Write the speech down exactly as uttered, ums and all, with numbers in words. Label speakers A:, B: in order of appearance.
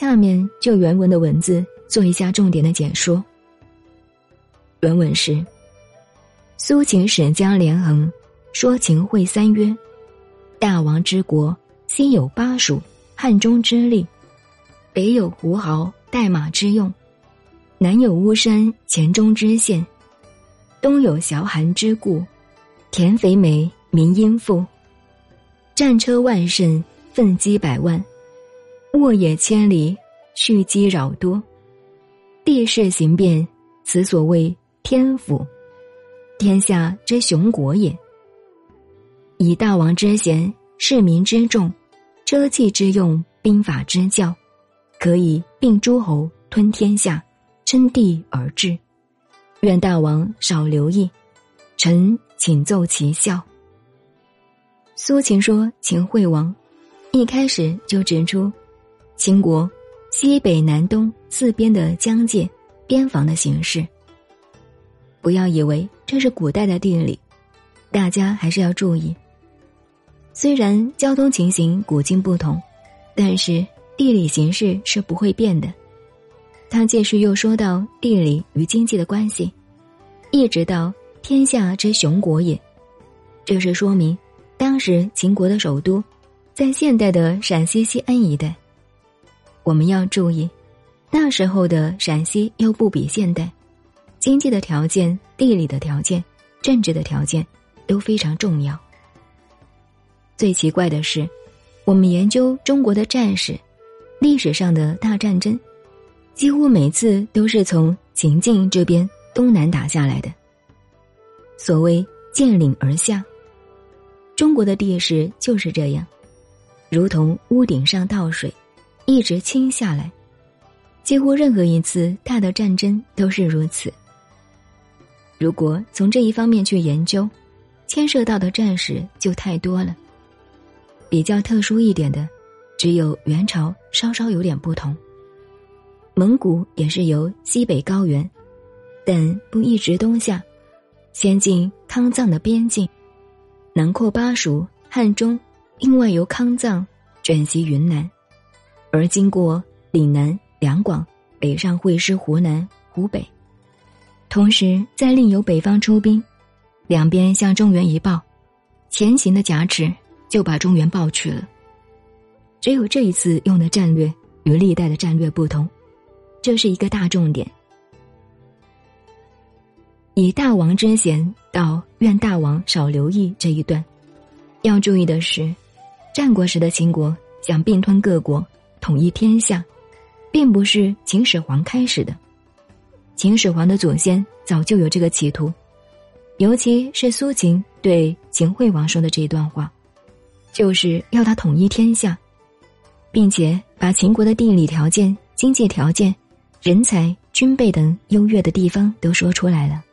A: 下面就原文的文字做一下重点的解说。原文是：苏秦使将连横，说秦惠三曰：大王之国，西有巴蜀，汉中之利，北有胡豪，代马之用，南有巫山，黔中之县，东有崤函之固，田肥美，民殷富，战车万乘，奋击百万，沃野千里，蓄积扰多，地势形变，此所谓天府，天下之雄国也。以大王之贤，士民之众，车骑之用，兵法之教，可以并诸侯，吞天下，称帝而治。愿大王少留意，臣请奏其效。苏秦说秦惠王，一开始就指出秦国西北南东四边的疆界边防的形势。不要以为这是古代的地理，大家还是要注意。虽然交通情形古今不同，但是地理形势是不会变的。他继续又说到地理与经济的关系，一直到天下之雄国也。这是说明当时秦国的首都在现代的陕西西安一带。我们要注意，那时候的陕西又不比现代，经济的条件、地理的条件、政治的条件都非常重要。最奇怪的是，我们研究中国的战史，历史上的大战争，几乎每次都是从秦晋这边东南打下来的。所谓见岭而下，中国的地势就是这样，如同屋顶上倒水，一直倾下来。几乎任何一次大的战争都是如此。如果从这一方面去研究，牵涉到的战史就太多了。比较特殊一点的，只有元朝稍稍有点不同。蒙古也是由西北高原，但不一直东下，先进康藏的边境，南扩巴蜀、汉中，另外由康藏转袭云南，而经过岭南、两广，北上会师湖南、湖北，同时再另由北方出兵，两边向中原一抱，前行的夹持就把中原抱去了。只有这一次用的战略与历代的战略不同，这是一个大重点。以大王之贤到愿大王少留意这一段，要注意的是，战国时的秦国想并吞各国，统一天下，并不是秦始皇开始的。秦始皇的祖先早就有这个企图，尤其是苏秦对秦惠王说的这段话，就是要他统一天下，并且把秦国的地理条件、经济条件、人才、军备等优越的地方都说出来了。